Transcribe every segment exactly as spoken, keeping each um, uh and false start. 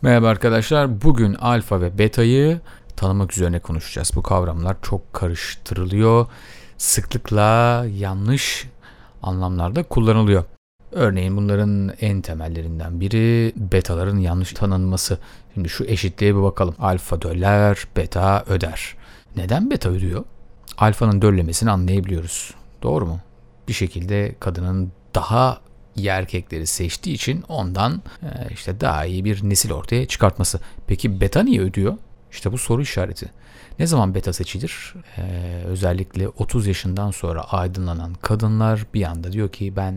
Merhaba arkadaşlar. Bugün alfa ve betayı tanımak üzerine konuşacağız. Bu kavramlar çok karıştırılıyor. Sıklıkla yanlış anlamlarda kullanılıyor. Örneğin bunların en temellerinden biri betaların yanlış tanınması. Şimdi şu eşitliğe bir bakalım. Alfa döller, beta öder. Neden beta ödüyor? Alfanın döllemesini anlayabiliyoruz. Doğru mu? Bir şekilde kadının daha iyi erkekleri seçtiği için ondan işte daha iyi bir nesil ortaya çıkartması. Peki beta niye ödüyor? İşte bu soru işareti. Ne zaman beta seçilir? Ee, özellikle otuz yaşından sonra aydınlanan kadınlar bir anda diyor ki ben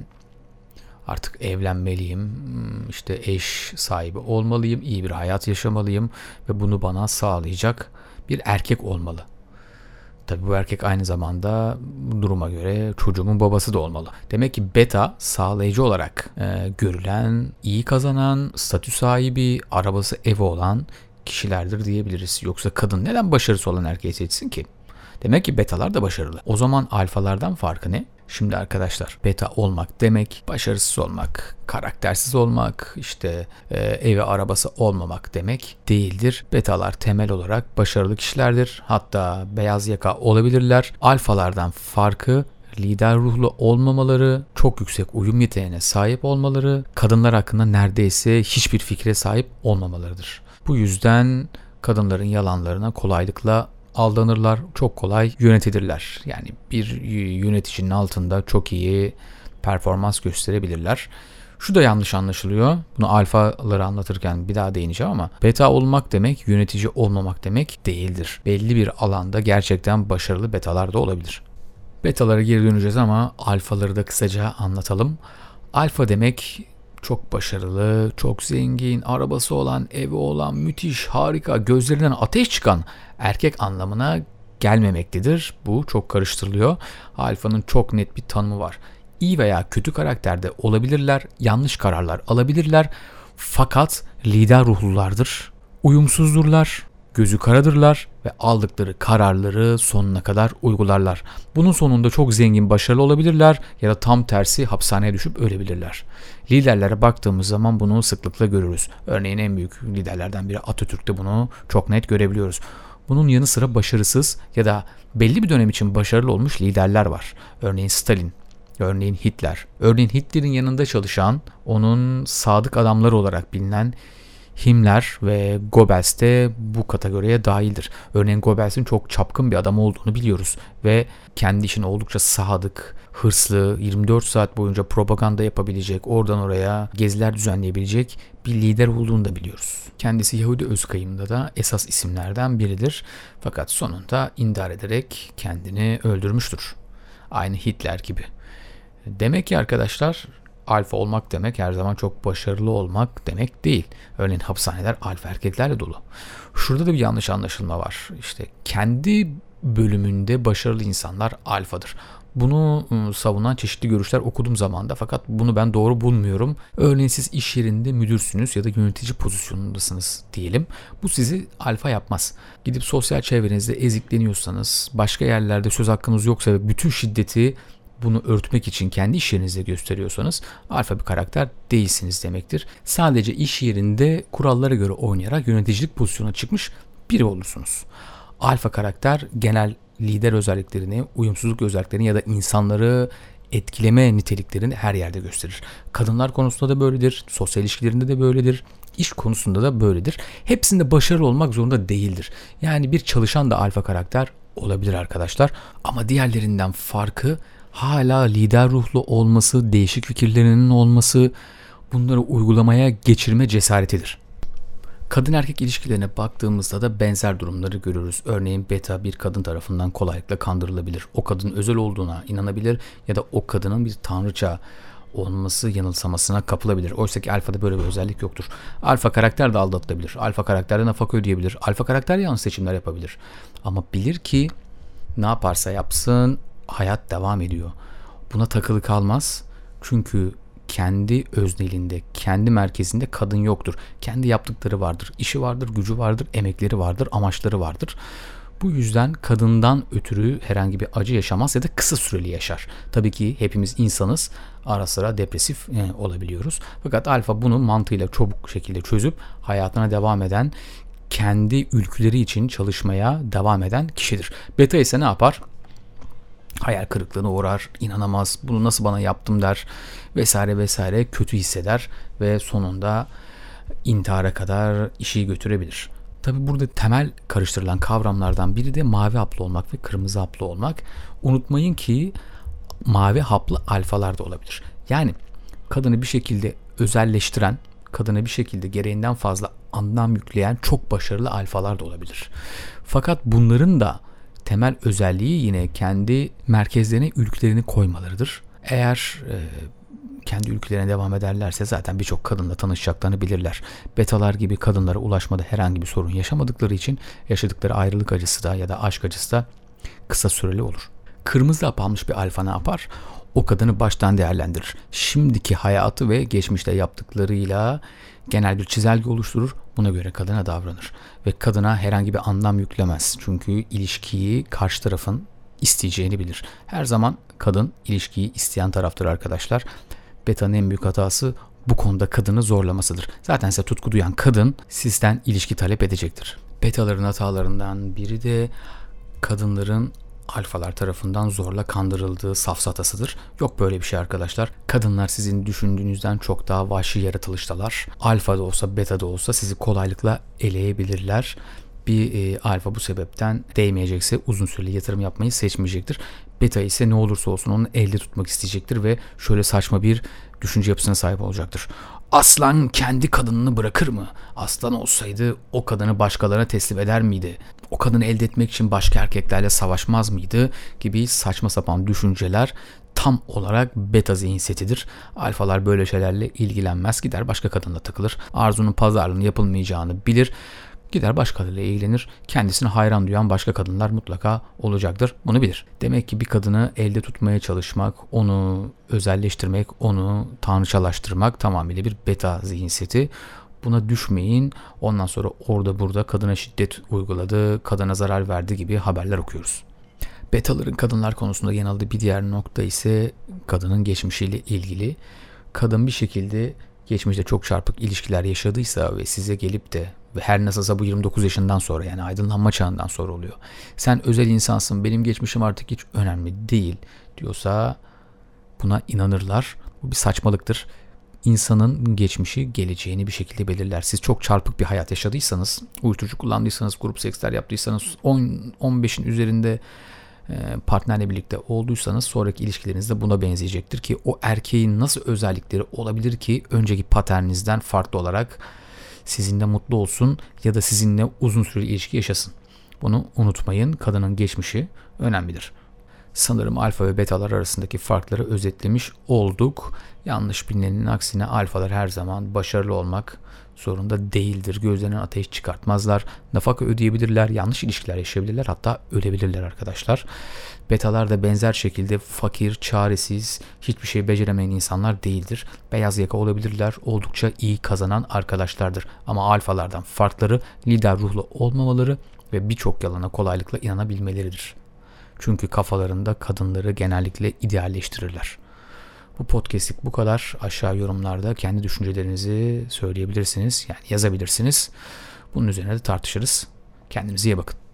artık evlenmeliyim, işte eş sahibi olmalıyım, iyi bir hayat yaşamalıyım ve bunu bana sağlayacak bir erkek olmalı. Tabii bu erkek aynı zamanda duruma göre çocuğumun babası da olmalı. Demek ki beta sağlayıcı olarak e, görülen, iyi kazanan, statü sahibi, arabası, evi olan kişilerdir diyebiliriz. Yoksa kadın neden başarısı olan erkeği seçsin ki? Demek ki betalar da başarılı. O zaman alfalardan farkı ne? Şimdi arkadaşlar beta olmak demek başarısız olmak, karaktersiz olmak, işte e, evi arabası olmamak demek değildir. Betalar temel olarak başarılı kişilerdir. Hatta beyaz yaka olabilirler. Alfalardan farkı lider ruhlu olmamaları, çok yüksek uyum yeteneğine sahip olmaları, kadınlar hakkında neredeyse hiçbir fikre sahip olmamalarıdır. Bu yüzden kadınların yalanlarına kolaylıkla aldanırlar, çok kolay yönetilirler. Yani bir yöneticinin altında çok iyi performans gösterebilirler. Şu da yanlış anlaşılıyor. Bunu alfaları anlatırken bir daha değineceğim ama beta olmak demek yönetici olmamak demek değildir. Belli bir alanda gerçekten başarılı betalar da olabilir. Betalara geri döneceğiz ama alfaları da kısaca anlatalım. Alfa demek çok başarılı, çok zengin, arabası olan, evi olan, müthiş, harika, gözlerinden ateş çıkan erkek anlamına gelmemektedir. Bu çok karıştırılıyor. Alfanın çok net bir tanımı var. İyi veya kötü karakterde olabilirler, yanlış kararlar alabilirler. Fakat lider ruhlulardır, uyumsuzdurlar, gözü karadırlar ve aldıkları kararları sonuna kadar uygularlar. Bunun sonunda çok zengin, başarılı olabilirler ya da tam tersi hapishaneye düşüp ölebilirler. Liderlere baktığımız zaman bunu sıklıkla görürüz. Örneğin en büyük liderlerden biri Atatürk'te bunu çok net görebiliyoruz. Bunun yanı sıra başarısız ya da belli bir dönem için başarılı olmuş liderler var. Örneğin Stalin, örneğin Hitler. Örneğin Hitler'in yanında çalışan, onun sadık adamları olarak bilinen Himmler ve Goebbels de bu kategoriye dahildir. Örneğin Goebbels'in çok çapkın bir adam olduğunu biliyoruz ve kendi işine oldukça sadık, hırslı, yirmi dört saat boyunca propaganda yapabilecek, oradan oraya geziler düzenleyebilecek bir lider olduğunu da biliyoruz. Kendisi Yahudi Özkayım'da da esas isimlerden biridir. Fakat sonunda intihar ederek kendini öldürmüştür. Aynı Hitler gibi. Demek ki arkadaşlar alfa olmak demek her zaman çok başarılı olmak demek değil. Örneğin hapishaneler alfa erkeklerle dolu. Şurada da bir yanlış anlaşılma var. İşte kendi bölümünde başarılı insanlar alfadır. Bunu savunan çeşitli görüşler okudum zamanda fakat bunu ben doğru bulmuyorum. Örneğin siz iş yerinde müdürsünüz ya da yönetici pozisyonundasınız diyelim. Bu sizi alfa yapmaz. Gidip sosyal çevrenizde ezikleniyorsanız, başka yerlerde söz hakkınız yoksa ve bütün şiddeti bunu örtmek için kendi iş yerinizde gösteriyorsanız alfa bir karakter değilsiniz demektir. Sadece iş yerinde kurallara göre oynayarak yöneticilik pozisyonuna çıkmış biri olursunuz. Alfa karakter genel lider özelliklerini, uyumsuzluk özelliklerini ya da insanları etkileme niteliklerini her yerde gösterir. Kadınlar konusunda da böyledir, sosyal ilişkilerinde de böyledir, iş konusunda da böyledir. Hepsinde başarılı olmak zorunda değildir. Yani bir çalışan da alfa karakter olabilir arkadaşlar ama diğerlerinden farkı hala lider ruhlu olması, değişik fikirlerinin olması, bunları uygulamaya geçirme cesaretidir. Kadın erkek ilişkilerine baktığımızda da benzer durumları görürüz. Örneğin beta bir kadın tarafından kolaylıkla kandırılabilir. O kadının özel olduğuna inanabilir ya da o kadının bir tanrıça olması yanılsamasına kapılabilir. Oysa ki alfada böyle bir özellik yoktur. Alfa karakter de aldatılabilir. Alfa karakter de nafaka ödeyebilir. Alfa karakter yanlış seçimler yapabilir. Ama bilir ki ne yaparsa yapsın hayat devam ediyor. Buna takılı kalmaz. Çünkü kendi öznelinde, kendi merkezinde kadın yoktur. Kendi yaptıkları vardır. İşi vardır, gücü vardır, emekleri vardır, amaçları vardır. Bu yüzden kadından ötürü herhangi bir acı yaşamaz ya da kısa süreli yaşar. Tabii ki hepimiz insanız. Ara sıra depresif e, olabiliyoruz. Fakat alfa bunu mantığıyla çabuk şekilde çözüp hayatına devam eden, kendi ülküleri için çalışmaya devam eden kişidir. Beta ise ne yapar? Hayal kırıklığına uğrar, inanamaz, bunu nasıl bana yaptım der vesaire vesaire, kötü hisseder ve sonunda intihara kadar işi götürebilir. Tabi burada temel karıştırılan kavramlardan biri de mavi haplı olmak ve kırmızı haplı olmak. Unutmayın ki mavi haplı alfalar da olabilir. Yani kadını bir şekilde özelleştiren, kadına bir şekilde gereğinden fazla anlam yükleyen çok başarılı alfalar da olabilir. Fakat bunların da temel özelliği yine kendi merkezlerine ülkelerini koymalarıdır. Eğer e, kendi ülkelerine devam ederlerse zaten birçok kadınla tanışacaklarını bilirler. Betalar gibi kadınlara ulaşmada herhangi bir sorun yaşamadıkları için yaşadıkları ayrılık acısı da ya da aşk acısı da kısa süreli olur. Kırmızı hap almış bir alfa ne yapar? O kadını baştan değerlendirir. Şimdiki hayatı ve geçmişte yaptıklarıyla genel bir çizelge oluşturur. Buna göre kadına davranır. Ve kadına herhangi bir anlam yüklemez. Çünkü ilişkiyi karşı tarafın isteyeceğini bilir. Her zaman kadın ilişkiyi isteyen taraftır arkadaşlar. Beta'nın en büyük hatası bu konuda kadını zorlamasıdır. Zaten size tutku duyan kadın sizden ilişki talep edecektir. Betaların hatalarından biri de kadınların alfalar tarafından zorla kandırıldığı safsatasıdır. Yok böyle bir şey arkadaşlar. Kadınlar sizin düşündüğünüzden çok daha vahşi yaratılıştalar. Alfa da olsa beta da olsa sizi kolaylıkla eleyebilirler. Bir e, alfa bu sebepten değmeyecekse uzun süreli yatırım yapmayı seçmeyecektir. Beta ise ne olursa olsun onu elde tutmak isteyecektir ve şöyle saçma bir düşünce yapısına sahip olacaktır. Aslan kendi kadınını bırakır mı? Aslan olsaydı o kadını başkalarına teslim eder miydi? O kadını elde etmek için başka erkeklerle savaşmaz mıydı? Gibi saçma sapan düşünceler tam olarak beta zihinsetidir. Alfalar böyle şeylerle ilgilenmez, gider başka kadınla takılır. Arzunun pazarlığının yapılmayacağını bilir. Gider başkalarıyla ilgilenir. Kendisine hayran duyan başka kadınlar mutlaka olacaktır. Bunu bilir. Demek ki bir kadını elde tutmaya çalışmak, onu özelleştirmek, onu tanrıçalaştırmak tamamıyla bir beta zihinseti. Buna düşmeyin. Ondan sonra orada burada kadına şiddet uyguladı, kadına zarar verdi gibi haberler okuyoruz. Betaların kadınlar konusunda genelde bir diğer nokta ise kadının geçmişiyle ilgili. Kadın bir şekilde geçmişte çok çarpık ilişkiler yaşadıysa ve size gelip de ve her nasılsa bu yirmi dokuz yaşından sonra, yani aydınlanma çağından sonra oluyor. Sen özel insansın, benim geçmişim artık hiç önemli değil diyorsa buna inanırlar. Bu bir saçmalıktır. İnsanın geçmişi geleceğini bir şekilde belirler. Siz çok çarpık bir hayat yaşadıysanız, uyuşturucu kullandıysanız, grup seksler yaptıysanız, on on beşin üzerinde partnerle birlikte olduysanız sonraki ilişkileriniz de buna benzeyecektir ki o erkeğin nasıl özellikleri olabilir ki önceki paterninizden farklı olarak sizinle mutlu olsun ya da sizinle uzun süreli ilişki yaşasın. Bunu unutmayın. Kadının geçmişi önemlidir. Sanırım alfa ve betalar arasındaki farkları özetlemiş olduk. Yanlış bilinenin aksine alfalar her zaman başarılı olmak zorunda değildir. Gözlerinden ateş çıkartmazlar. Nafaka ödeyebilirler, yanlış ilişkiler yaşayabilirler, hatta ölebilirler arkadaşlar. Betalar da benzer şekilde fakir, çaresiz, hiçbir şey beceremeyen insanlar değildir. Beyaz yaka olabilirler, oldukça iyi kazanan arkadaşlardır. Ama alfalardan farkları lider ruhlu olmamaları ve birçok yalana kolaylıkla inanabilmeleridir. Çünkü kafalarında kadınları genellikle idealleştirirler. Bu podcast'lik bu kadar. Aşağı yorumlarda kendi düşüncelerinizi söyleyebilirsiniz. Yani yazabilirsiniz. Bunun üzerine de tartışırız. Kendinize iyi bakın.